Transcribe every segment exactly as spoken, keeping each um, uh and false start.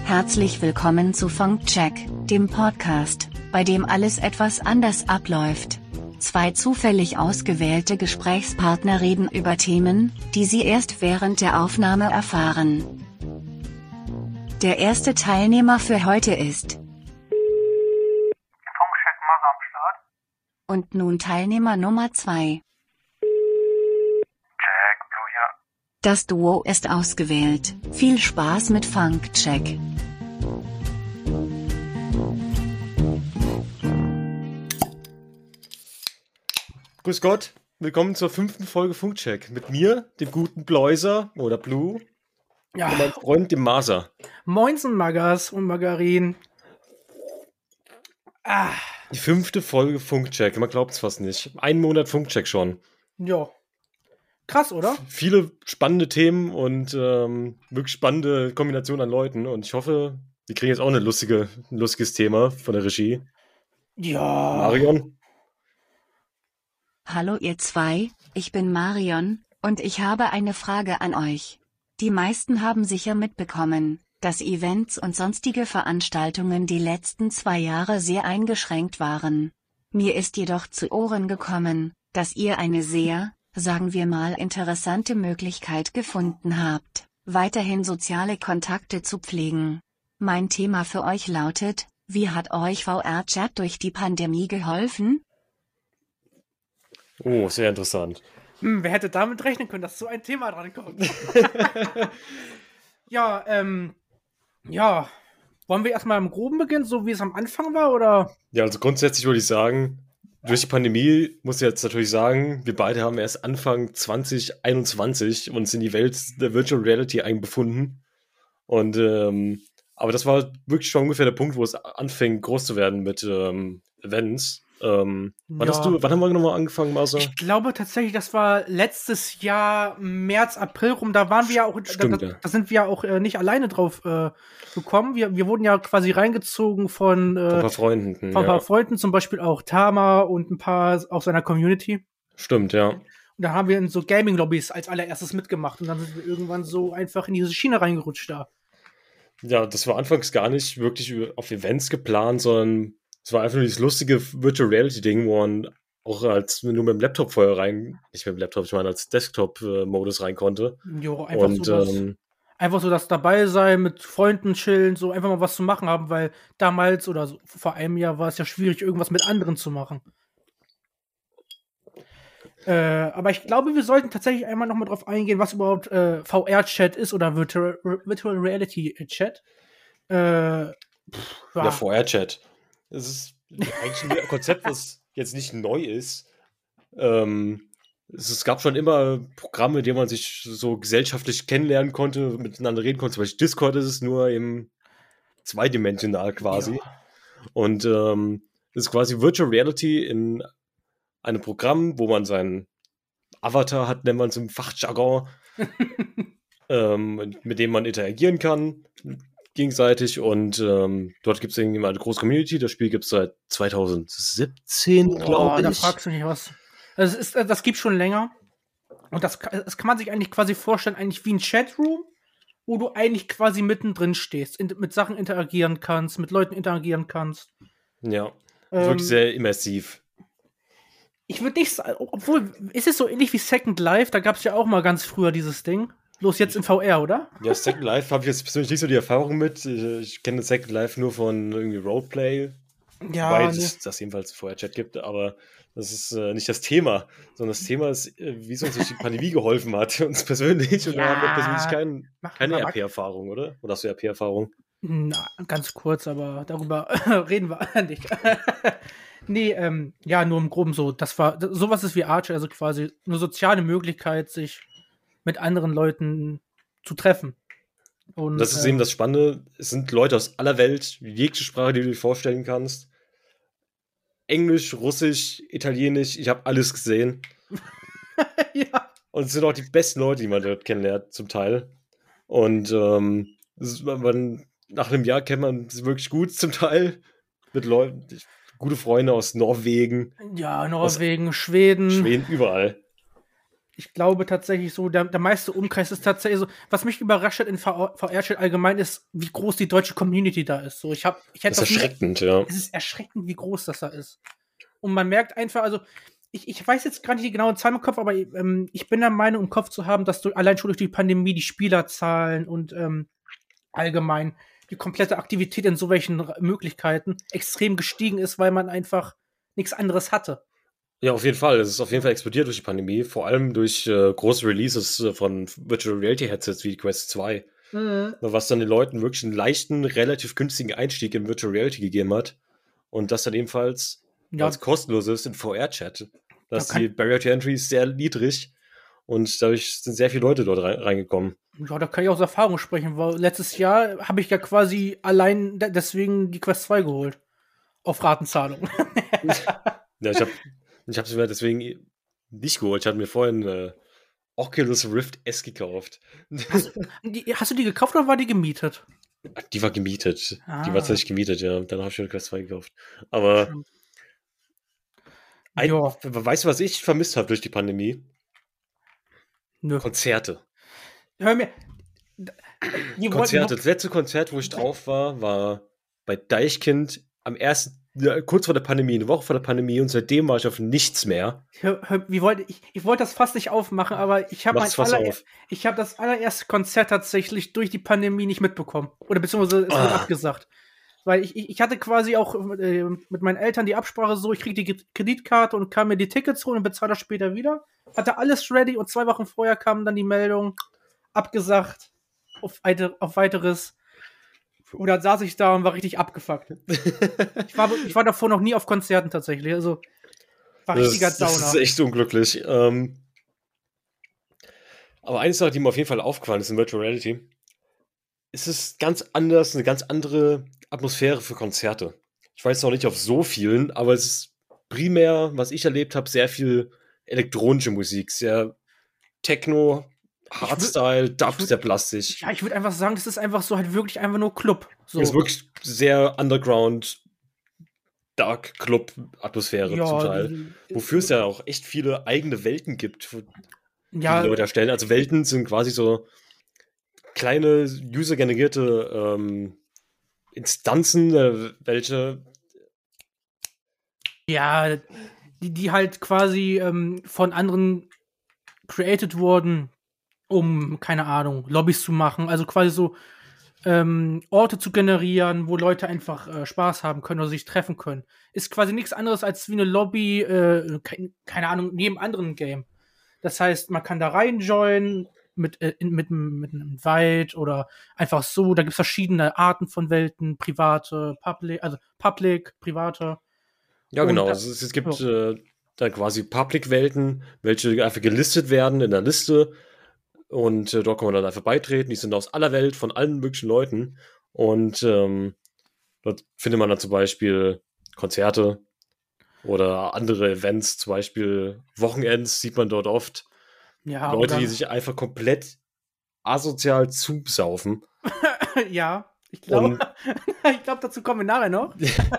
Herzlich willkommen zu Funkcheck, dem Podcast, bei dem alles etwas anders abläuft. Zwei zufällig ausgewählte Gesprächspartner reden über Themen, die sie erst während der Aufnahme erfahren. Der erste Teilnehmer für heute ist Funkcheck Mother am Start. Und nun Teilnehmer Nummer zwei. Jack, Blue hier. Das Duo ist ausgewählt. Viel Spaß mit Funkcheck. Grüß Gott, willkommen zur fünften Folge Funkcheck. Mit mir, dem guten Bläuser oder Blue, Ja. und meinem Freund, dem Maser. Moinsen, Magas und Margarin. Ah, Die fünfte Folge Funkcheck, man glaubt es fast nicht. Einen Monat Funkcheck schon. ja. Krass, oder? Viele spannende Themen und ähm, wirklich spannende Kombinationen an Leuten. Und ich hoffe, wir kriegen jetzt auch eine lustige, ein lustiges Thema von der Regie. Ja. Marion? Hallo ihr zwei, ich bin Marion, und ich habe eine Frage an euch. Die meisten haben sicher mitbekommen, dass Events und sonstige Veranstaltungen die letzten zwei Jahre sehr eingeschränkt waren. Mir ist jedoch zu Ohren gekommen, dass ihr eine sehr, sagen wir mal, interessante Möglichkeit gefunden habt, weiterhin soziale Kontakte zu pflegen. Mein Thema für euch lautet: Wie hat euch V R-Chat durch die Pandemie geholfen? Oh, sehr interessant. Hm, wer hätte damit rechnen können, dass so ein Thema dran kommt? ja, ähm, ja. Wollen wir erstmal im Groben beginnen, so wie es am Anfang war, oder? Ja, also grundsätzlich würde ich sagen, durch die Pandemie muss ich jetzt natürlich sagen, wir beide haben erst Anfang zwanzig einundzwanzig uns in die Welt der Virtual Reality einbefunden. Und, ähm, aber das war wirklich schon ungefähr der Punkt, wo es anfing, groß zu werden mit ähm, Events. Ähm, wann, Ja. hast du, wann haben wir nochmal angefangen, Marcel? Ich glaube tatsächlich, das war letztes Jahr März, April rum. Da waren wir ja auch, Stimmt, da, ja. da sind wir ja auch äh, nicht alleine drauf äh, gekommen. Wir, wir wurden ja quasi reingezogen von, äh, Von ein paar Freunden. von ein Ja. paar Freunden, zum Beispiel auch Tama und ein paar aus seiner Community. Stimmt, ja. Und da haben wir in so Gaming-Lobbys als allererstes mitgemacht. Und dann sind wir irgendwann so einfach in diese Schiene reingerutscht da. Ja, das war anfangs gar nicht wirklich auf Events geplant, sondern es war einfach nur dieses lustige Virtual Reality-Ding, wo man auch als nur mit dem Laptop vorher rein, nicht mit dem Laptop, ich meine als Desktop-Modus rein konnte. Jo, einfach Und so das, ähm, einfach so das dabei sein, mit Freunden chillen, so einfach mal was zu machen haben, weil damals oder so, vor einem Jahr war es ja schwierig, irgendwas mit anderen zu machen. Äh, aber ich glaube, wir sollten tatsächlich einmal noch mal drauf eingehen, was überhaupt äh, V R-Chat ist oder Virtual, Virtual Reality-Chat. Äh, pff, ja. ja, V R-Chat. Das ist eigentlich ein Konzept, was jetzt nicht neu ist. Ähm, es, es gab schon immer Programme, in denen man sich so gesellschaftlich kennenlernen konnte, miteinander reden konnte. Zum Beispiel Discord ist es nur im zweidimensional quasi. Ja. Und ähm, das ist quasi Virtual Reality in einem Programm, wo man seinen Avatar hat, nennt man es im Fachjargon, ähm, mit dem man interagieren kann, gegenseitig. Und ähm, dort gibt es irgendwie mal eine große Community. Das Spiel gibt es seit zweitausendsiebzehn, Boah, glaube da ich. fragst du mich was. Also es ist, das gibt schon länger. Und das, das kann man sich eigentlich quasi vorstellen, eigentlich wie ein Chatroom, wo du eigentlich quasi mittendrin stehst, in, mit Sachen interagieren kannst, mit Leuten interagieren kannst. Ja, Ähm, wirklich sehr immersiv. Ich würde nicht sagen, obwohl, ist es so ähnlich wie Second Life? Da gab es ja auch mal ganz früher dieses Ding. Bloß jetzt in V R, oder? Ja, Second Life habe ich jetzt persönlich nicht so die Erfahrung mit. Ich, ich kenne Second Life nur von irgendwie Roleplay, Ja, weil nee. es das jedenfalls vorher Chat gibt, aber das ist äh, nicht das Thema, sondern das Thema ist, äh, wie es uns durch die Pandemie geholfen hat, uns persönlich. Und da Ja. haben wir persönlich kein, Mach- keine mach- R P-Erfahrung, oder? Oder hast du R P-Erfahrung? Na, ganz kurz, aber darüber reden wir nicht. nee, ähm, ja, nur im Groben so. Das war, das, sowas ist wie Archer, also quasi eine soziale Möglichkeit, sich mit anderen Leuten zu treffen. Und Das ist äh, eben das Spannende. Es sind Leute aus aller Welt, jegliche Sprache, die du dir vorstellen kannst. Englisch, Russisch, Italienisch, ich habe alles gesehen. ja. Und es sind auch die besten Leute, die man dort kennenlernt, zum Teil. Und ähm, es ist, man, nach einem Jahr kennt man sie wirklich gut, zum Teil. Mit Leuten, gute Freunde aus Norwegen, Ja, Norwegen, Schweden. Schweden, überall. Ich glaube tatsächlich so, der, der meiste Umkreis ist tatsächlich so, was mich überrascht hat in V R-Chat allgemein ist, wie groß die deutsche Community da ist. So, ich hab, ich hätte Das ist erschreckend, ja. Es ist erschreckend, wie groß das da ist. Und man merkt einfach, also, ich, ich weiß jetzt gar nicht die genaue Zahl im Kopf, aber ähm, ich bin der Meinung, im Kopf zu haben, dass du allein schon durch die Pandemie die Spielerzahlen und ähm, allgemein die komplette Aktivität in so welchen R- Möglichkeiten extrem gestiegen ist, weil man einfach nichts anderes hatte. Ja, auf jeden Fall. Es ist auf jeden Fall explodiert durch die Pandemie, vor allem durch äh, große Releases äh, von Virtual Reality Headsets wie die Quest zwei, was dann den Leuten wirklich einen leichten, relativ günstigen Einstieg in Virtual Reality gegeben hat. Und das dann ebenfalls, Ja, weil es kostenlos ist, in V R-Chat. Da ist kann- die Barrier to Entry sehr niedrig und dadurch sind sehr viele Leute dort rein, reingekommen. ja, da kann ich aus Erfahrung sprechen, weil letztes Jahr habe ich ja quasi allein de- deswegen die Quest zwei geholt. Auf Ratenzahlung. Ja, ich habe ich hab's mir deswegen nicht geholt. Ich hatte mir vorhin äh, Oculus Rift S gekauft. Die, hast du die gekauft oder war die gemietet? Die war gemietet. Ah. Die war tatsächlich gemietet, ja. Dann habe ich mir eine Quest zwei gekauft. Aber ein, Ja. weißt du, was ich vermisst habe durch die Pandemie? Nö. Konzerte. Hör mir. Die Konzerte. wollten Das letzte Konzert, wo ich drauf war, war bei Deichkind am ersten, ja, kurz vor der Pandemie, eine Woche vor der Pandemie, und seitdem war ich auf nichts mehr. Hör, hör, wie wollte, ich ich wollte das fast nicht aufmachen, aber ich habe mein Mach's fast aller, auf. ich habe das allererste Konzert tatsächlich durch die Pandemie nicht mitbekommen. Oder beziehungsweise es wurde Ah. abgesagt. Weil ich, ich ich hatte quasi auch äh, mit meinen Eltern die Absprache so, ich kriege die Kreditkarte und kann mir die Tickets holen und bezahle das später wieder. Hatte alles ready und zwei Wochen vorher kam dann die Meldung, abgesagt, auf, weiter, auf weiteres. Und dann saß ich da und war richtig abgefuckt. ich, war, ich war davor noch nie auf Konzerten tatsächlich. Also war Das, richtiger ist- das ist Downer. echt unglücklich. Ähm, aber eine Sache, die mir auf jeden Fall aufgefallen ist in Virtual Reality, es ist ganz anders, eine ganz andere Atmosphäre für Konzerte. Ich weiß noch nicht auf so vielen, aber es ist primär, was ich erlebt habe, sehr viel elektronische Musik, sehr Techno, Hardstyle, Dub, würd- sehr plastisch. Ja, ich würde einfach sagen, das ist einfach so halt wirklich einfach nur Club. So. Es ist wirklich sehr Underground, Dark Club-Atmosphäre ja, zum Teil. die- Wofür es ja auch echt viele eigene Welten gibt, die ja, die Leute erstellen. Also Welten sind quasi so kleine user-generierte ähm, Instanzen, äh, welche. ja, die, die halt quasi ähm, von anderen created wurden, um, keine Ahnung, Lobbys zu machen. Also quasi so ähm, Orte zu generieren, wo Leute einfach äh, Spaß haben können oder sich treffen können. Ist quasi nichts anderes als wie eine Lobby, äh, ke keine Ahnung, in jedem anderen Game. Das heißt, man kann da reinjoinen mit, äh, in, mit, mit einem Wald oder einfach so. Da gibt es verschiedene Arten von Welten, private, public, also public, private. Ja, Und genau. da- Also es, es gibt äh, dann quasi Public-Welten, welche einfach gelistet werden in der Liste. Und äh, dort kann man dann einfach beitreten. Die sind aus aller Welt, von allen möglichen Leuten. Und ähm, dort findet man dann zum Beispiel Konzerte oder andere Events, zum Beispiel Wochenends sieht man dort oft. Ja, Leute, oder, die sich einfach komplett asozial zubsaufen. ja, ich glaube, Und ich glaube, dazu kommen wir nachher noch.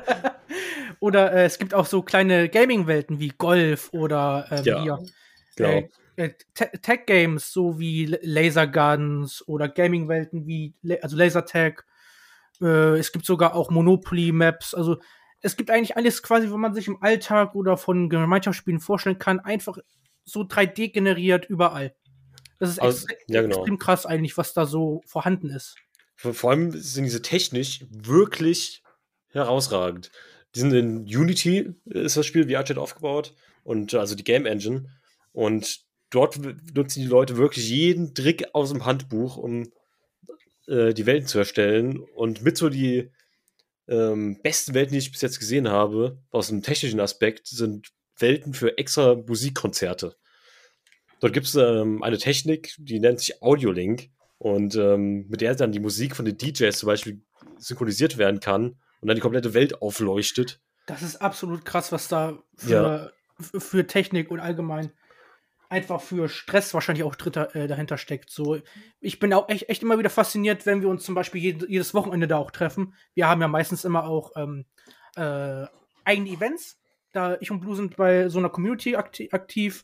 Oder äh, es gibt auch so kleine Gaming-Welten wie Golf oder ähm, Ja, hier, genau. äh, äh, Te- Tech-Games, so wie L- Laserguns oder Gaming-Welten wie La also Lasertag. Äh, es gibt sogar auch Monopoly-Maps. Also es gibt eigentlich alles quasi, was man sich im Alltag oder von Gemeinschaftsspielen vorstellen kann, einfach so drei D generiert überall. Das ist Also, extre ja, genau. extrem krass eigentlich, was da so vorhanden ist. Vor vor allem sind diese technisch wirklich herausragend. Die sind in Unity, ist das Spiel, V R-Chat aufgebaut. Und also die Game Engine. Und dort w- nutzen die Leute wirklich jeden Trick aus dem Handbuch, um äh, die Welten zu erstellen. Und mit so die ähm, besten Welten, die ich bis jetzt gesehen habe, aus dem technischen Aspekt, sind Welten für extra Musikkonzerte. Dort gibt es ähm, eine Technik, die nennt sich Audiolink. Und ähm, mit der dann die Musik von den D Js zum Beispiel synchronisiert werden kann und dann die komplette Welt aufleuchtet. Das ist absolut krass, was da für, f- für Technik und allgemein einfach für Stress wahrscheinlich auch dritter, äh, dahinter steckt. So, ich bin auch echt, echt immer wieder fasziniert, wenn wir uns zum Beispiel jed jedes Wochenende da auch treffen. Wir haben ja meistens immer auch ähm, äh, eigene Events. Da ich und Blue sind bei so einer Community akti aktiv,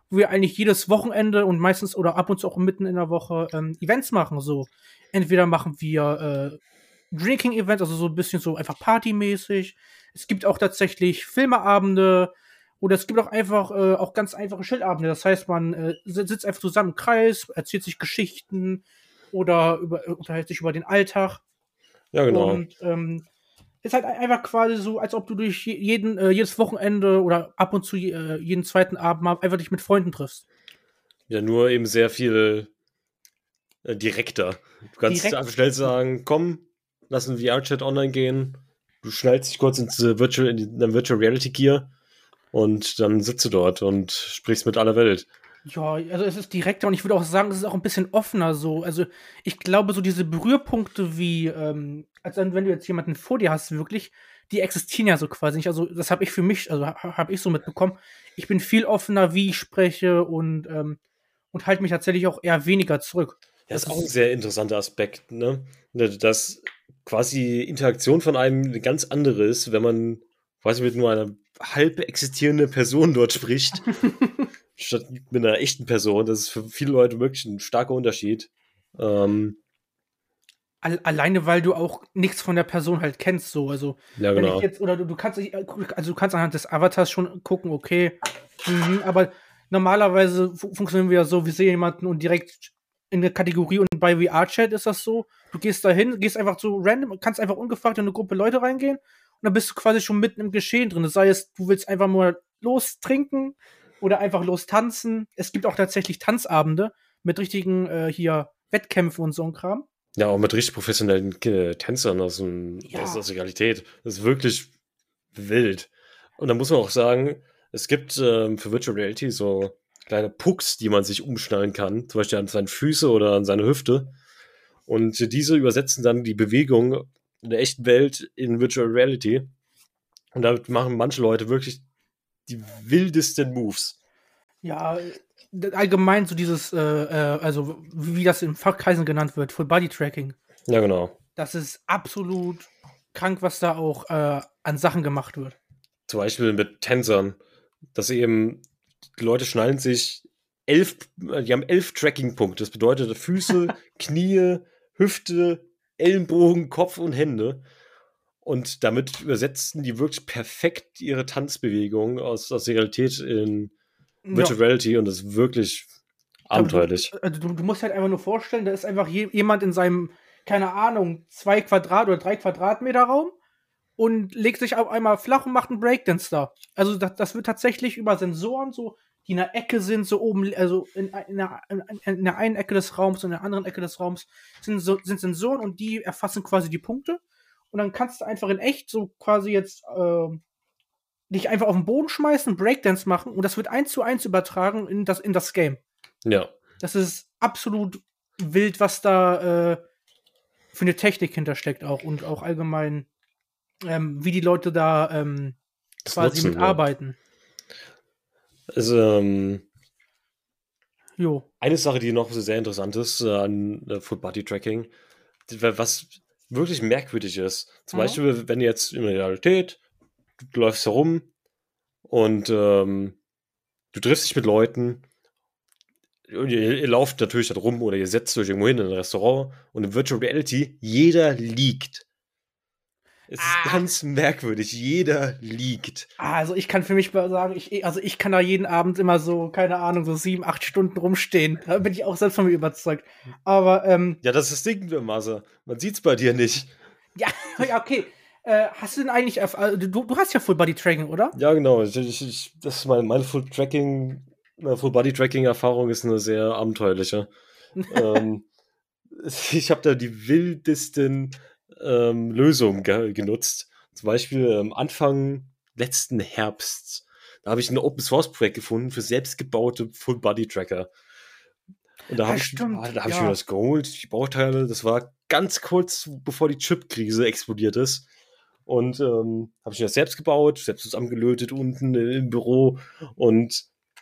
wo wir eigentlich jedes Wochenende und meistens oder ab und zu auch mitten in der Woche ähm, Events machen. So, entweder machen wir äh, Drinking-Events, also so ein bisschen so einfach partymäßig. Es gibt auch tatsächlich Filmeabende oder es gibt auch einfach äh, auch ganz einfache Chillabende. Das heißt, man äh, sitzt einfach zusammen im Kreis, erzählt sich Geschichten oder über, unterhält sich über den Alltag. Ja, genau. Und ähm, ist halt einfach quasi so, als ob du durch jeden, äh, jedes Wochenende oder ab und zu äh, jeden zweiten Abend mal einfach dich mit Freunden triffst. Ja, nur eben sehr viel äh, direkter. Du kannst Direkt. einfach schnell sagen, komm, lass einen V R-Chat online gehen. Du schnallst dich kurz ins äh, Virtual, in die, in Virtual Reality Gear und dann sitzt du dort und sprichst mit aller Welt. Ja, also es ist direkter und ich würde auch sagen, es ist auch ein bisschen offener so. Also ich glaube, so diese Berührpunkte wie, ähm, als wenn du jetzt jemanden vor dir hast, wirklich, die existieren ja so quasi nicht. Also das habe ich für mich, also ha, habe ich so mitbekommen. Ich bin viel offener, wie ich spreche und, ähm, und halte mich tatsächlich auch eher weniger zurück. Ja, das ist auch ein sehr interessanter Aspekt, ne? Dass quasi Interaktion von einem eine ganz andere ist, wenn man quasi mit nur einer halb existierenden Person dort spricht, statt mit einer echten Person. Das ist für viele Leute wirklich ein starker Unterschied. Ähm, Alleine, weil du auch nichts von der Person halt kennst, so. Also, ja, wenn genau. ich jetzt, oder du, du kannst nicht, also du kannst anhand des Avatars schon gucken, okay, mhm, aber normalerweise fu funktionieren wir ja so, wir sehen jemanden und direkt in der Kategorie und bei V R-Chat ist das so, du gehst dahin, gehst einfach so random, kannst einfach ungefragt in eine Gruppe Leute reingehen und dann bist du quasi schon mitten im Geschehen drin. Das heißt, du willst einfach mal lostrinken oder einfach los tanzen. Es gibt auch tatsächlich Tanzabende mit richtigen äh, hier Wettkämpfen und so ein Kram. Ja, auch mit richtig professionellen äh, Tänzern aus, dem, Ja. aus der Realität. Das ist wirklich wild. Und da muss man auch sagen, es gibt ähm, für Virtual Reality so kleine Pucks, die man sich umschnallen kann, zum Beispiel an seine Füße oder an seine Hüfte. Und diese übersetzen dann die Bewegung in der echten Welt in Virtual Reality. Und damit machen manche Leute wirklich die wildesten Moves. Ja, allgemein so dieses, äh, äh, also wie das in Fachkreisen genannt wird, Full Body Tracking. Ja, genau. Das ist absolut krank, was da auch äh, an Sachen gemacht wird. Zum Beispiel mit Tänzern, dass eben die Leute schnallen sich elf, die haben elf Tracking-Punkte. Das bedeutet Füße, Knie, Hüfte, Ellenbogen, Kopf und Hände. Und damit übersetzen die wirklich perfekt ihre Tanzbewegungen aus, aus der Realität in Virtual Ja. Reality und das ist wirklich abenteuerlich. Also du, du musst halt einfach nur vorstellen, da ist einfach je, jemand in seinem, keine Ahnung, zwei Quadrat oder drei Quadratmeter Raum und legt sich auf einmal flach und macht einen Breakdance da. Also das, das wird tatsächlich über Sensoren so, die in der Ecke sind, so oben, also in, in, der, in der einen Ecke des Raums und in der anderen Ecke des Raums sind, so, sind Sensoren und die erfassen quasi die Punkte. Und dann kannst du einfach in echt so quasi jetzt äh, dich einfach auf den Boden schmeißen, Breakdance machen und das wird eins zu eins übertragen in das, in das Game. Ja. Das ist absolut wild, was da äh, für eine Technik hintersteckt auch und auch allgemein, ähm, wie die Leute da ähm, quasi nutzen, mitarbeiten. Ja. Also, ähm, jo. Eine Sache, die noch sehr interessant ist äh, an äh, Full Body Tracking, was wirklich merkwürdig ist. Zum Mhm. Beispiel, wenn jetzt in der Realität, du, du läufst herum und ähm, du triffst dich mit Leuten und ihr, ihr lauft natürlich da rum oder ihr setzt euch irgendwo hin in ein Restaurant und in Virtual Reality, jeder liegt. Es ist Ah. ganz merkwürdig, jeder liegt. Also ich kann für mich sagen, ich, also ich kann da jeden Abend immer so, keine Ahnung, so sieben, acht Stunden rumstehen. Da bin ich auch selbst von mir überzeugt. Aber, ähm, Ja, das ist das Ding, Maser. Man sieht's bei dir nicht. ja, ja, okay. Äh, hast du denn eigentlich, also du, du hast ja Full Body Tracking, oder? Ja, genau. Ich, ich, ich, das ist meine, meine Full Tracking, Full Body Tracking Erfahrung ist eine sehr abenteuerliche. ähm, ich habe da die wildesten ähm, Lösungen ge genutzt. Zum Beispiel ähm, Anfang letzten Herbst. Da habe ich ein Open Source Projekt gefunden für selbstgebaute Full Body Tracker. Und da Ah, habe ich, stimmt, ah, da hab ich ja. mir das geholt, die Bauteile. Das war ganz kurz bevor die Chip-Krise explodiert ist. Und ähm, habe ich mir das selbst gebaut, selbst zusammengelötet unten im Büro. Und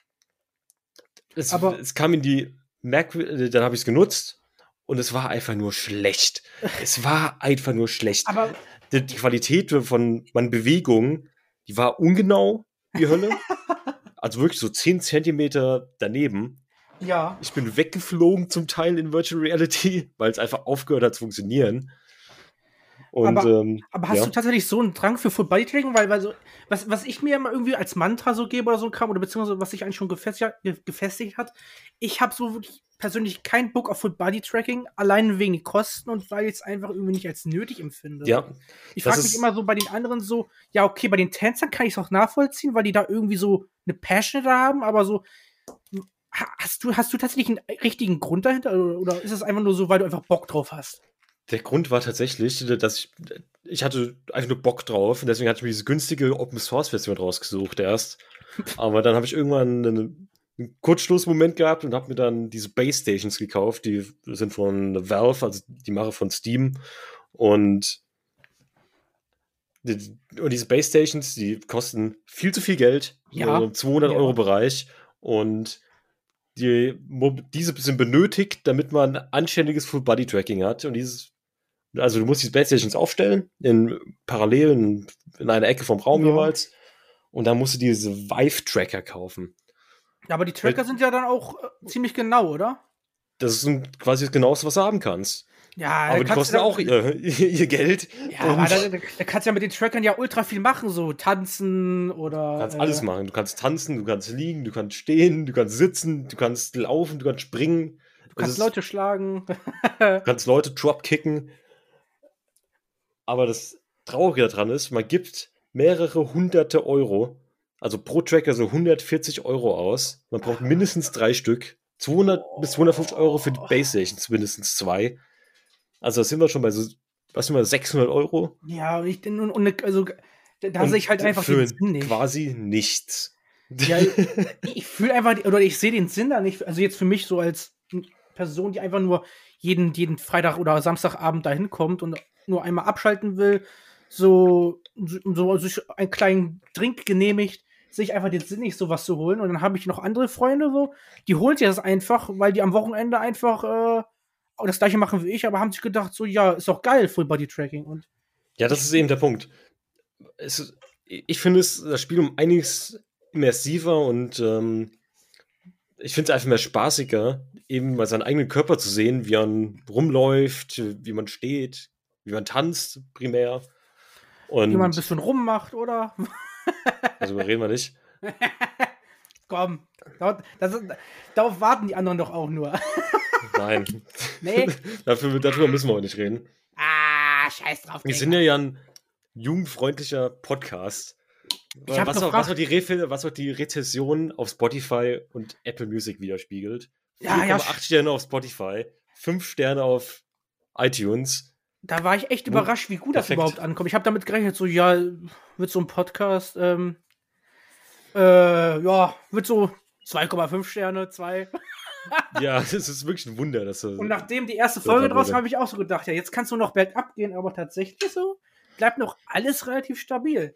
es, Aber- es kam in die Merkwürdig, dann habe ich es genutzt und es war einfach nur schlecht. Es war einfach nur schlecht. Aber Die, die Qualität von meinen Bewegungen, die war ungenau, wie Hölle. also wirklich so zehn Zentimeter daneben. Ja. Ich bin weggeflogen zum Teil in Virtual Reality, weil es einfach aufgehört hat zu funktionieren. Und, aber, ähm, aber hast ja. du tatsächlich so einen Drang für Full-Body-Tracking? Weil, weil so, was, was ich mir immer irgendwie als Mantra so gebe oder so kam, oder beziehungsweise was sich eigentlich schon gefestigt, gefestigt hat, ich habe so wirklich persönlich keinen Bock auf Full-Body-Tracking, allein wegen den Kosten und weil ich es einfach irgendwie nicht als nötig empfinde. Ja, ich frage mich immer so bei den anderen so, ja, okay, bei den Tänzern kann ich es auch nachvollziehen, weil die da irgendwie so eine Passion da haben, aber so, hast du, hast du tatsächlich einen richtigen Grund dahinter oder, oder ist es einfach nur so, weil du einfach Bock drauf hast? Der Grund war tatsächlich, dass ich, ich hatte einfach nur Bock drauf und deswegen hatte ich mir diese günstige Open-Source-Version rausgesucht erst. Aber dann habe ich irgendwann einen, einen Kurzschlussmoment gehabt und habe mir dann diese Base Stations gekauft. Die sind von Valve, also die Macher von Steam. Und, die, und diese Base Stations, die kosten viel zu viel Geld, Ja. so im zweihundert-Euro-Bereich. Und die, diese sind benötigt, damit man anständiges Full-Body-Tracking hat. Und dieses Also du musst die Base Stations aufstellen, in parallel in einer Ecke vom Raum Ja. jeweils. Und dann musst du diese Vive-Tracker kaufen. Ja, aber die Tracker sind ja dann auch äh, ziemlich genau, oder? Das ist ein, quasi das Genaueste, was du haben kannst. Ja, aber die kosten da, auch ihr, ihr Geld. Ja, aber da, da, da kannst du ja mit den Trackern ja ultra viel machen, so tanzen oder. Du kannst äh, alles machen. Du kannst tanzen, du kannst liegen, du kannst stehen, du kannst sitzen, du kannst laufen, du kannst springen. Du kannst ist, Leute schlagen. Du kannst Leute dropkicken. Aber das Traurige daran ist, man gibt mehrere hunderte Euro, also pro Tracker so hundertvierzig Euro aus. Man braucht mindestens drei Stück. zweihundert bis zweihundertfünfzig Euro für die Base Stations, mindestens zwei. Also da sind wir schon bei so, was sind wir, sechshundert Euro? Ja, und ich, und, und also da, da sehe ich halt einfach für den Sinn nicht. Quasi nichts. Ja, ich, ich fühle einfach, oder ich sehe den Sinn da nicht. Also jetzt für mich so als Person, die einfach nur jeden, jeden Freitag oder Samstagabend da hinkommt und nur einmal abschalten will, so, so sich einen kleinen Drink genehmigt, sehe ich einfach den Sinn nicht, sowas zu holen. Und dann habe ich noch andere Freunde, so, die holen sich das einfach, weil die am Wochenende einfach äh, das gleiche machen wie ich, aber haben sich gedacht, so, ja, ist doch geil, Full-Body-Tracking. Und ja, das ist eben der Punkt. Es, ich finde es, das Spiel um einiges immersiver und ähm, ich finde es einfach mehr spaßiger, eben mal seinen eigenen Körper zu sehen, wie man rumläuft, wie man steht, wie man tanzt, primär. Und wie man ein bisschen rummacht, oder? Also reden wir nicht. Komm, das, das, darauf warten die anderen doch auch nur. Nein. Nee. dafür, darüber müssen wir auch nicht reden. Ah, scheiß drauf. Wir sind ja, ja ein jugendfreundlicher Podcast. Ich hab was, gefragt, auch, was, auch die Re- was auch die Rezession auf Spotify und Apple Music widerspiegelt. Ja, ja. acht Sterne auf Spotify, fünf Sterne auf iTunes. Da war ich echt überrascht, wie gut das Perfekt. überhaupt ankommt. Ich habe damit gerechnet, so, ja, wird so ein Podcast, ähm, äh, ja, wird so zwei Komma fünf Sterne, zwei. Ja, das ist wirklich ein Wunder. Dass Und nachdem die erste Folge draus habe ich auch so gedacht, ja, jetzt kannst du noch bergab gehen, aber tatsächlich so bleibt noch alles relativ stabil.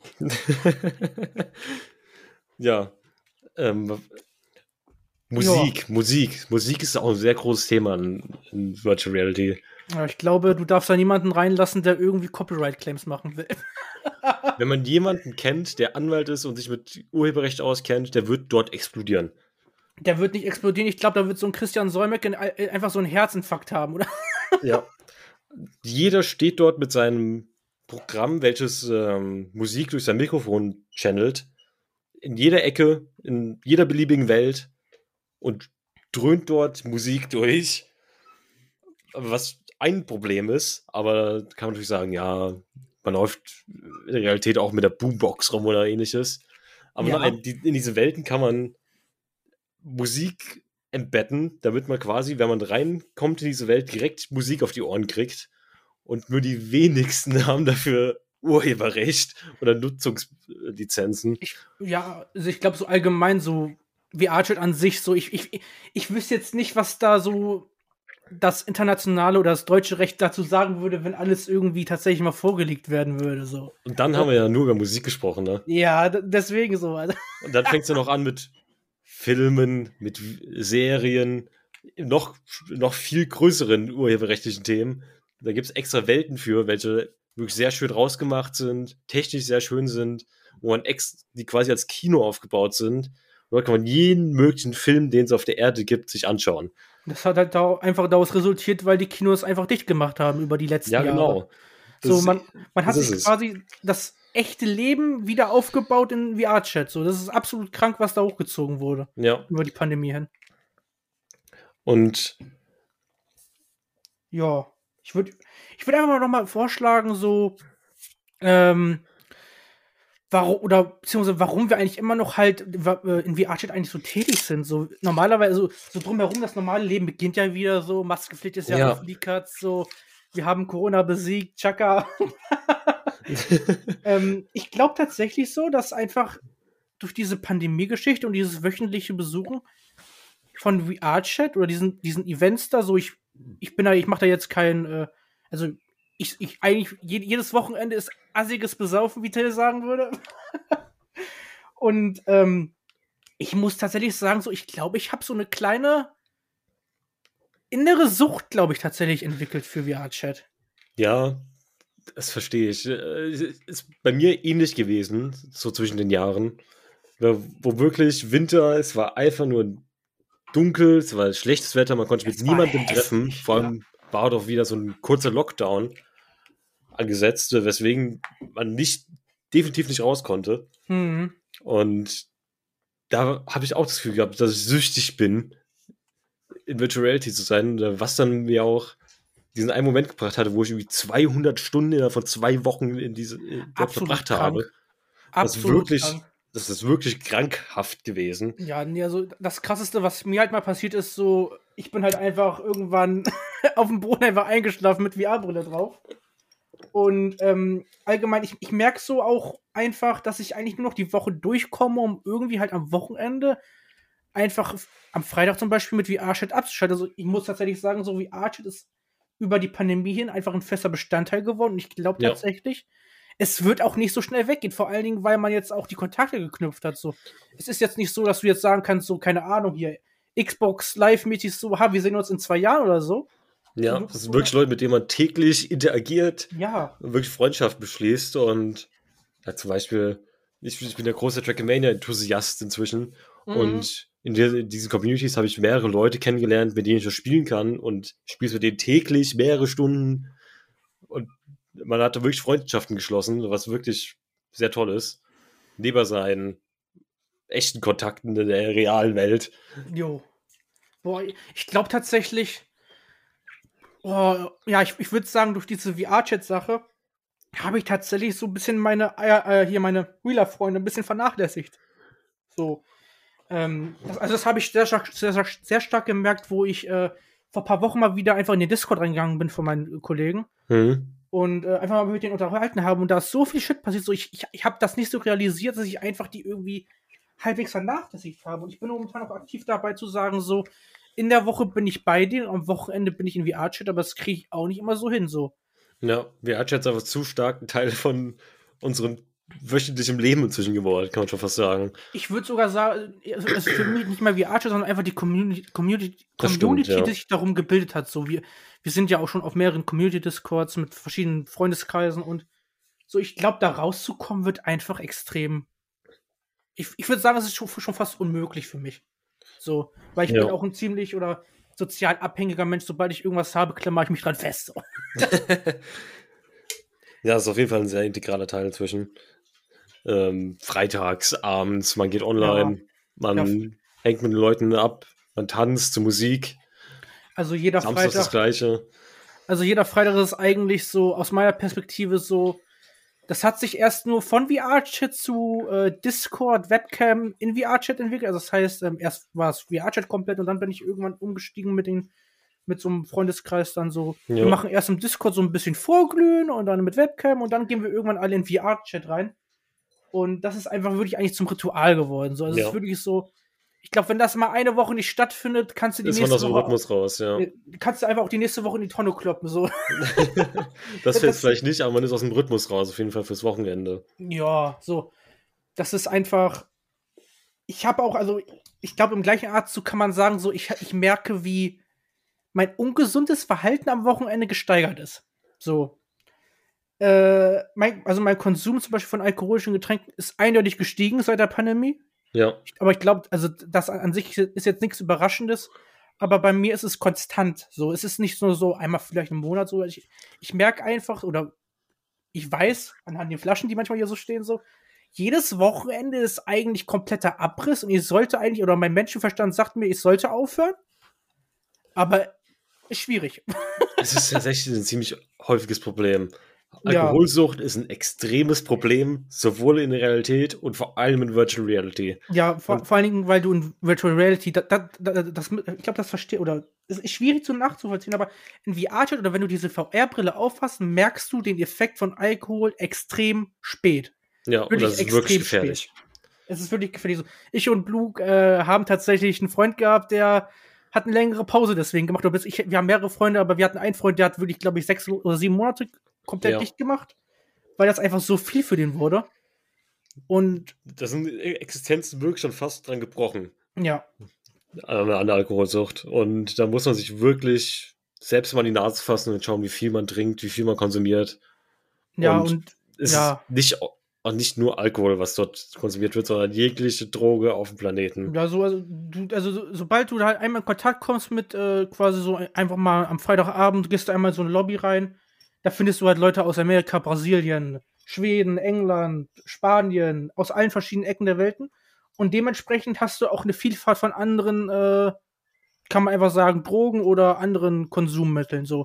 ja. Ähm, Musik, ja. Musik. Musik ist auch ein sehr großes Thema in, in Virtual Reality. Ja, ich glaube, du darfst da niemanden reinlassen, der irgendwie Copyright-Claims machen will. Wenn man jemanden kennt, der Anwalt ist und sich mit Urheberrecht auskennt, der wird dort explodieren. Der wird nicht explodieren. Ich glaube, da wird so ein Christian Solmecke einfach so einen Herzinfarkt haben, oder? Ja. Jeder steht dort mit seinem Programm, welches ähm, Musik durch sein Mikrofon channelt, in jeder Ecke, in jeder beliebigen Welt und dröhnt dort Musik durch. Was ein Problem ist, aber kann man natürlich sagen, ja, man läuft in der Realität auch mit der Boombox rum oder ähnliches. Aber ja. nein, die, in diese Welten kann man Musik embetten, damit man quasi, wenn man reinkommt in diese Welt, direkt Musik auf die Ohren kriegt. Und nur die wenigsten haben dafür Urheberrecht oder Nutzungslizenzen. Ich, ja, also ich glaube so allgemein so V R-Chat an sich, so ich, ich, ich wüsste jetzt nicht, was da so das internationale oder das deutsche Recht dazu sagen würde, wenn alles irgendwie tatsächlich mal vorgelegt werden würde. So. Und dann haben wir ja nur über Musik gesprochen, ne? Ja, d- deswegen so. Also. Und dann fängst du noch an mit Filmen, mit Serien, noch, noch viel größeren urheberrechtlichen Themen. Da gibt es extra Welten für, welche wirklich sehr schön rausgemacht sind, technisch sehr schön sind, wo man ex die quasi als Kino aufgebaut sind. Dort kann man jeden möglichen Film, den es auf der Erde gibt, sich anschauen. Das hat halt da einfach daraus resultiert, weil die Kinos einfach dicht gemacht haben über die letzten Ja, Jahre. genau. Das So, ist- man, man hat das ist sich es. quasi das echte Leben wieder aufgebaut in V R-Chat. So, das ist absolut krank, was da hochgezogen wurde Ja, über die Pandemie hin. und Ja, ich würde ich würd einfach mal noch mal vorschlagen, so, ähm, warum, oder beziehungsweise warum wir eigentlich immer noch halt wa- äh, in V R-Chat eigentlich so tätig sind. So normalerweise, so, so drumherum, das normale Leben beginnt ja wieder so, Maskenpflicht ist ja, Ja. geflickert, so, wir haben Corona besiegt, Chaka. ähm, ich glaube tatsächlich so, dass einfach durch diese Pandemie-Geschichte und dieses wöchentliche Besuchen von V R-Chat oder diesen, diesen Events da, so ich, ich bin da, ich mache da jetzt kein, äh, also ich, ich eigentlich, je, jedes Wochenende ist assiges Besaufen, wie Till sagen würde. Und ähm, ich muss tatsächlich sagen, so ich glaube, ich habe so eine kleine innere Sucht, glaube ich, tatsächlich entwickelt für V R-Chat. ja, das verstehe ich. Äh, Ist bei mir ähnlich gewesen, so zwischen den Jahren. Wo wo wirklich Winter, es war einfach nur dunkel, es war schlechtes Wetter, man konnte sich Es mit war niemandem treffen. hässlich, Vor allem war doch wieder so ein kurzer Lockdown angesetzt, weswegen man nicht definitiv nicht raus konnte. Mhm. Und da habe ich auch das Gefühl gehabt, dass ich süchtig bin, in Virtual Reality zu sein, was dann mir auch diesen einen Moment gebracht hatte, wo ich irgendwie zweihundert Stunden innerhalb von zwei Wochen in diese, äh, dort Absolut verbracht krank. habe. Das Absolut wirklich, krank. das ist wirklich krankhaft gewesen. Ja, nee, also das Krasseste, was mir halt mal passiert ist, so, ich bin halt einfach irgendwann auf dem Boden einfach eingeschlafen mit V R-Brille drauf. Und ähm, allgemein, ich, ich merke so auch einfach, dass ich eigentlich nur noch die Woche durchkomme, um irgendwie halt am Wochenende einfach am Freitag zum Beispiel mit V R-Chat abzuschalten. Also ich muss tatsächlich sagen, so V R-Chat ist über die Pandemie hin einfach ein fester Bestandteil geworden. Und ich glaube Ja. tatsächlich, es wird auch nicht so schnell weggehen. Vor allen Dingen, weil man jetzt auch die Kontakte geknüpft hat. So. Es ist jetzt nicht so, dass du jetzt sagen kannst, so, keine Ahnung, hier, Xbox Live-mäßig so, ha, wir sehen uns in zwei Jahren oder so. Ja, Und- das sind wirklich Leute, mit denen man täglich interagiert, Ja, wirklich Freundschaft beschließt und ja, zum Beispiel, ich, ich bin der große Trackmania-Enthusiast inzwischen Mhm. und in, der, in diesen Communities habe ich mehrere Leute kennengelernt, mit denen ich das spielen kann und ich spiele mit denen täglich mehrere Stunden und man hat da wirklich Freundschaften geschlossen, was wirklich sehr toll ist. Neben seinen echten Kontakten in der realen Welt. jo. Boah, ich glaube tatsächlich, oh, ja, ich, ich würde sagen, durch diese V R-Chat-Sache habe ich tatsächlich so ein bisschen meine, äh, äh, hier meine Wheeler-Freunde ein bisschen vernachlässigt. So. Ähm, das, also das habe ich sehr stark, sehr, sehr, sehr stark gemerkt, wo ich äh, vor ein paar Wochen mal wieder einfach in den Discord reingegangen bin von meinen Kollegen Hm. und äh, einfach mal mit denen unterhalten habe und da ist so viel Shit passiert, so ich, ich, ich habe das nicht so realisiert, dass ich einfach die irgendwie halbwegs vernachlässigt habe und ich bin momentan auch aktiv dabei zu sagen, so in der Woche bin ich bei denen, am Wochenende bin ich in V R-Chat, aber das kriege ich auch nicht immer so hin, so. Ja, V R-Chat ist einfach zu stark ein Teil von unserem wöchentlichen Leben inzwischen geworden, kann man schon fast sagen. Ich würde sogar sagen, also es ist für mich nicht mal V R-Chat, sondern einfach die Community, Community, Das stimmt, Community ja. die sich darum gebildet hat. So, wir, wir sind ja auch schon auf mehreren Community-Discords mit verschiedenen Freundeskreisen und so, ich glaube, da rauszukommen wird einfach extrem. Ich, ich würde sagen, es ist schon, schon fast unmöglich für mich. So, weil ich Ja. bin auch ein ziemlich oder sozial abhängiger Mensch. Sobald ich irgendwas habe, klammer ich mich dran fest. So. Ja, das ist auf jeden Fall ein sehr integraler Teil inzwischen. Ähm, freitags, abends, man geht online, man Ja. hängt mit den Leuten ab, man tanzt zur Musik, Also jeder Samstag das Freitag. Gleiche. Also jeder Freitag ist eigentlich so, aus meiner Perspektive so, das hat sich erst nur von V R-Chat zu äh, Discord, Webcam in V R-Chat entwickelt. Also das heißt, ähm, erst war es V R-Chat komplett und dann bin ich irgendwann umgestiegen mit den, mit so einem Freundeskreis dann so. Ja. Wir machen erst im Discord so ein bisschen Vorglühen und dann mit Webcam und dann gehen wir irgendwann alle in V R-Chat rein. Und das ist einfach wirklich eigentlich zum Ritual geworden. So. Also es Ja. ist wirklich so, ich glaube, wenn das mal eine Woche nicht stattfindet, kannst du die Ist man nächste aus dem Woche Rhythmus raus, ja. äh, kannst du einfach auch die nächste Woche in die Tonne kloppen. So. Das das- jetzt vielleicht nicht, aber man ist aus dem Rhythmus raus, auf jeden Fall fürs Wochenende. Ja, so. Das ist einfach. Ich habe auch, also, ich glaube, im gleichen Atemzug kann man sagen, so, ich, ich merke, wie mein ungesundes Verhalten am Wochenende gesteigert ist. So. Äh, mein, also mein Konsum zum Beispiel von alkoholischen Getränken ist eindeutig gestiegen seit der Pandemie. Ja. Aber ich glaube, also das an sich ist jetzt nichts Überraschendes, aber bei mir ist es konstant. So, es ist nicht nur so einmal vielleicht im Monat so. Ich, ich merke einfach oder ich weiß anhand den Flaschen, die manchmal hier so stehen, so, jedes Wochenende ist eigentlich kompletter Abriss und ich sollte eigentlich, oder mein Menschenverstand sagt mir, ich sollte aufhören, aber ist schwierig. Es ist tatsächlich ein ziemlich häufiges Problem. Ja. Alkoholsucht ist ein extremes Problem, sowohl in der Realität und vor allem in Virtual Reality. Ja, vor, Und- vor allen Dingen, weil du in Virtual Reality, da, da, da, das, ich glaube, das verstehe, oder es ist schwierig zu nachzuvollziehen, aber in V R-Chat oder wenn du diese V R-Brille aufhast, merkst du den Effekt von Alkohol extrem spät. Ja, und Wirklich das ist wirklich extrem gefährlich. Es ist wirklich gefährlich. So, ich und Luke äh, haben tatsächlich einen Freund gehabt, der hat eine längere Pause deswegen gemacht. Oder bis ich, wir haben mehrere Freunde, aber wir hatten einen Freund, der hat wirklich, glaube ich, sechs oder sieben Monate komplett Ja. dicht gemacht, weil das einfach so viel für den wurde. Und Da sind Existenzen wirklich schon fast dran gebrochen ja, an, an der Alkoholsucht. Und da muss man sich wirklich selbst mal in die Nase fassen und schauen, wie viel man trinkt, wie viel man konsumiert. ja, Und und, Es ja. ist nicht, auch nicht nur Alkohol, was dort konsumiert wird, sondern jegliche Droge auf dem Planeten. Ja, so, also, du, also so, sobald du halt einmal in Kontakt kommst mit äh, quasi so einfach mal am Freitagabend, gehst du einmal in so eine Lobby rein, da findest du halt Leute aus Amerika, Brasilien, Schweden, England, Spanien, aus allen verschiedenen Ecken der Welten. Und dementsprechend hast du auch eine Vielfalt von anderen, äh, kann man einfach sagen, Drogen oder anderen Konsummitteln. So,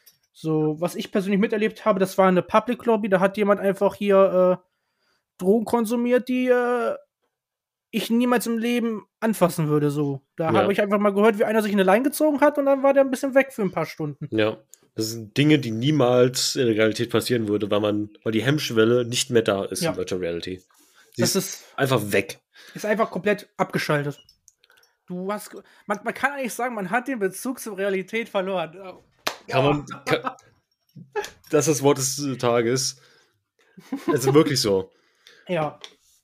so was ich persönlich miterlebt habe, das war eine Public Lobby, da hat jemand einfach hier äh, Drogen konsumiert, die äh, ich niemals im Leben anfassen würde. So, da Ja. habe ich einfach mal gehört, wie einer sich eine Leine gezogen hat und dann war der ein bisschen weg für ein paar Stunden. Ja, das sind Dinge, die niemals in der Realität passieren würde, weil man, weil die Hemmschwelle nicht mehr da ist Ja. in Virtual Reality. Sie Das ist, ist, einfach weg. ist einfach komplett abgeschaltet. Du hast, ge- man, man kann eigentlich sagen, man hat den Bezug zur Realität verloren. Kann man, kann, das ist das Wort des Tages. Es ist wirklich so. Ja.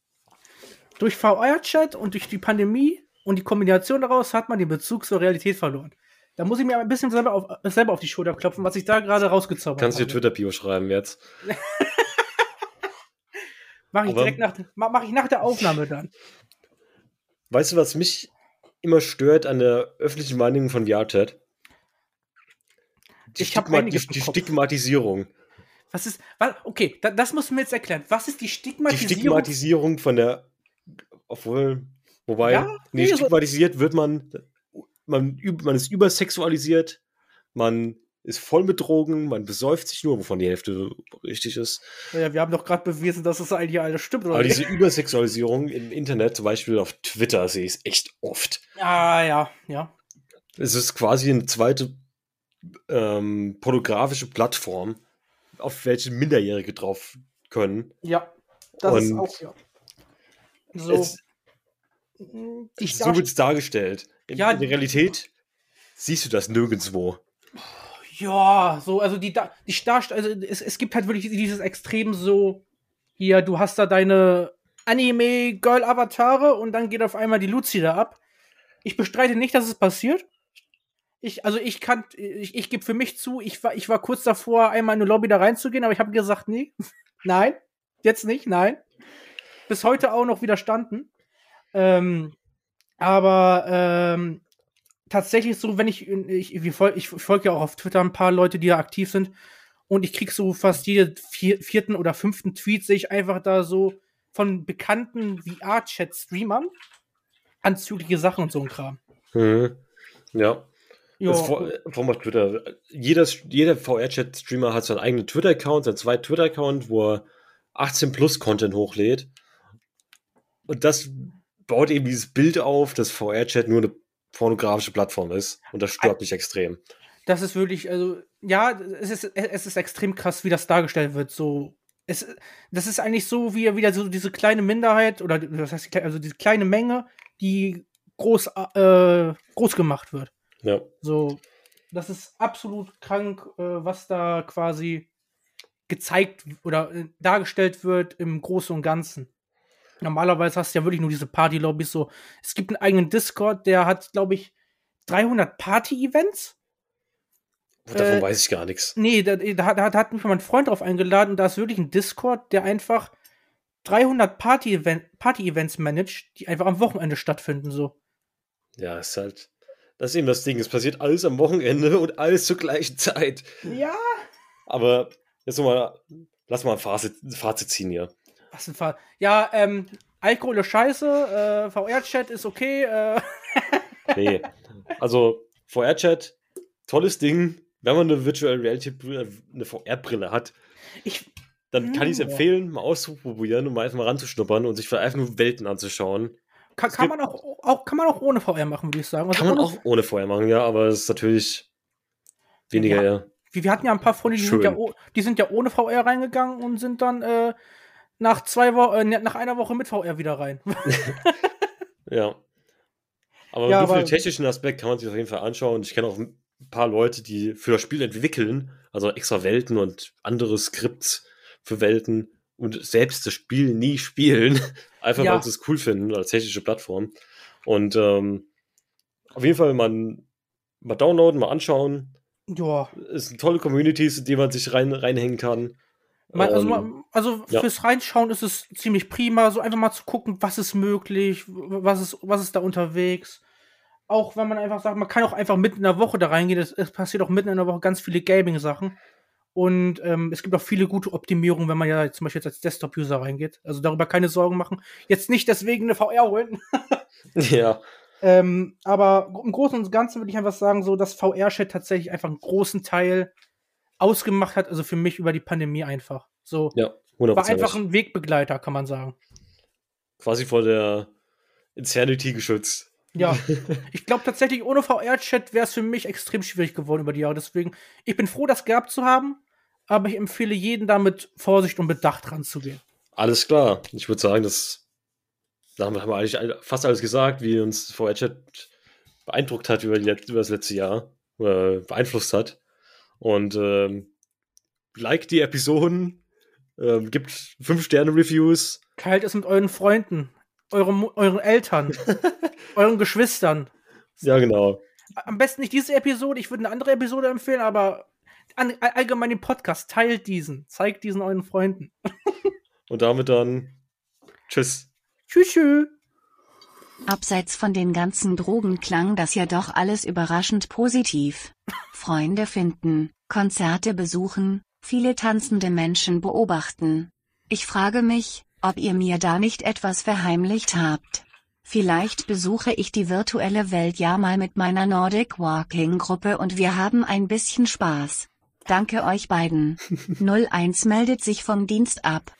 Durch V R-Chat und durch die Pandemie und die Kombination daraus hat man den Bezug zur Realität verloren. Da muss ich mir ein bisschen selber auf, selber auf die Schulter klopfen, was ich da gerade rausgezaubert Kannst du dir habe. Twitter-Bio schreiben jetzt. Mach ich Aber- direkt nach, mach, mach ich nach der Aufnahme dann. Weißt du, was mich immer stört an der öffentlichen Wahrnehmung von V R-Chat? Die, Ich hab Stigma einiges die, die im Kopf. Stigmatisierung. Was ist, was, okay, da, das musst du mir jetzt erklären. Was ist die Die Stigmatisierung? Stigmatisierung von der, obwohl, wobei, Ja, nee, nee, so- stigmatisiert wird man, man, üb- man ist übersexualisiert, man ist voll mit Drogen, man besäuft sich nur, wovon die Hälfte richtig ist. Ja, wir haben doch gerade bewiesen, dass das eigentlich alles stimmt, oder Aber nicht? diese Übersexualisierung im Internet, zum Beispiel auf Twitter, sehe ich es echt oft. Ah, ja, ja. Es ist quasi eine zweite ähm, pornografische Plattform, auf welche Minderjährige drauf können. Ja, das ist Und auch, ja. So, Es, die so wird es dargestellt. In, Ja, in der Realität siehst du das nirgendwo. Ja, so, also die, da- die Darst also es, es gibt halt wirklich dieses Extrem so, hier, du hast da deine Anime-Girl-Avatare und dann geht auf einmal die Luzi da ab. Ich bestreite nicht, dass es passiert. Ich, also ich kann, ich, ich gebe für mich zu, ich war, ich war kurz davor, einmal in eine Lobby da reinzugehen, aber ich habe gesagt, nee, nein, jetzt nicht, nein. Bis heute auch noch widerstanden. Ähm, aber ähm, tatsächlich so, wenn ich, ich, ich, fol- ich folge ja auch auf Twitter ein paar Leute, die da aktiv sind und ich krieg so fast jeden vier, vierten oder fünften Tweet, sehe ich einfach da so von bekannten V R-Chat-Streamern anzügliche Sachen und so ein Kram. Mhm. Ja. Ja, Das vor, vor allem auf Twitter. Jeder, jeder V R-Chat-Streamer hat seinen eigenen Twitter-Account, seinen zweiten Twitter-Account, wo er achtzehn plus Content hochlädt. Und das baut eben dieses Bild auf, dass V R-Chat nur eine pornografische Plattform ist. Und das stört mich extrem. das ist wirklich, also, ja, es ist, es ist extrem krass, wie das dargestellt wird. So, es, das ist eigentlich so wie wieder so diese kleine Minderheit, oder das heißt, also diese kleine Menge, die groß, äh, groß gemacht wird. Ja. So, das ist absolut krank, äh, was da quasi gezeigt oder äh, dargestellt wird im Großen und Ganzen. Normalerweise hast du ja wirklich nur diese Party-Lobbys so. Es gibt einen eigenen Discord, der hat, glaube ich, dreihundert Party-Events. Davon Äh, weiß ich gar nichts. Nee, da, da, da hat mich mein Freund drauf eingeladen und da ist wirklich ein Discord, der einfach dreihundert Party-Event, Party-Events managt, die einfach am Wochenende stattfinden, so. Ja, ist halt, das ist eben das Ding, es passiert alles am Wochenende und alles zur gleichen Zeit. Ja. Aber jetzt nochmal, lass mal ein Fazit, Fazit ziehen hier. Was ein Fall. Ja, ähm, Alkohol ist scheiße, äh, V R-Chat ist okay, äh. Nee, also V R-Chat, tolles Ding, wenn man eine Virtual Reality, eine V R-Brille hat. Ich, dann kann ich es Ja. empfehlen, mal auszuprobieren und mal einfach mal ranzuschnuppern und sich vielleicht einfach nur Welten anzuschauen. kann, Es kann, gibt- man auch, auch, kann man auch ohne V R machen, würde ich sagen. Also Kann man ohne, auch ohne Feuer machen, ja, aber es ist natürlich weniger, Ja. ja. Wir, wir hatten ja ein paar Freunde, die sind ja, Schön. oh- die sind ja ohne V R reingegangen und sind dann äh, nach zwei Wochen, äh, nach einer Woche mit V R wieder rein. Ja. Aber Ja, nur für aber- den technischen Aspekt kann man sich auf jeden Fall anschauen. Ich kenne auch ein paar Leute, die für das Spiel entwickeln, also extra Welten und andere Skripts für Welten und selbst das Spiel nie spielen, einfach Ja. weil sie es cool finden als technische Plattform. Und ähm, auf jeden Fall mal, mal downloaden, mal anschauen. Ja. Es sind tolle Communities, in die man sich rein, reinhängen kann. Man, also, Ähm, man, also ja. fürs Reinschauen ist es ziemlich prima, so einfach mal zu gucken, was ist möglich, was ist, was ist da unterwegs. Auch wenn man einfach sagt, man kann auch einfach mitten in der Woche da reingehen, es, es passiert auch mitten in der Woche ganz viele Gaming-Sachen. Und ähm, es gibt auch viele gute Optimierungen, wenn man ja zum Beispiel jetzt als Desktop-User reingeht. Also darüber keine Sorgen machen. Jetzt nicht deswegen eine V R holen. ja. Ähm, aber im Großen und Ganzen würde ich einfach sagen, so, dass V R-Chat tatsächlich einfach einen großen Teil ausgemacht hat, also für mich über die Pandemie einfach. So, Ja, hundert war Prozent. einfach ein Wegbegleiter, kann man sagen. Quasi vor der Insanity geschützt. Ja, ich glaube tatsächlich, ohne V R-Chat wäre es für mich extrem schwierig geworden über die Jahre. Deswegen, ich bin froh, das gehabt zu haben, aber ich empfehle jedem da mit Vorsicht und Bedacht ranzugehen. Alles klar. Ich würde sagen, das, da haben wir haben wir eigentlich all- fast alles gesagt, wie uns V R-Chat beeindruckt hat über, die, let- über das letzte Jahr, oder beeinflusst hat. Und ähm, like die Episoden, ähm, gibt fünf Sterne Reviews. Teilt es mit euren Freunden, euren, Mu- euren Eltern, euren Geschwistern. Ja, genau. Am besten nicht diese Episode, ich würde eine andere Episode empfehlen, aber an, allgemein den Podcast, teilt diesen, zeigt diesen euren Freunden. Und damit dann tschüss. Tschüss, tschüss. Abseits von den ganzen Drogen klang das ja doch alles überraschend positiv. Freunde finden, Konzerte besuchen, viele tanzende Menschen beobachten. Ich frage mich, ob ihr mir da nicht etwas verheimlicht habt. Vielleicht besuche ich die virtuelle Welt ja mal mit meiner Nordic Walking Gruppe und wir haben ein bisschen Spaß. Danke euch beiden. null eins meldet sich vom Dienst ab.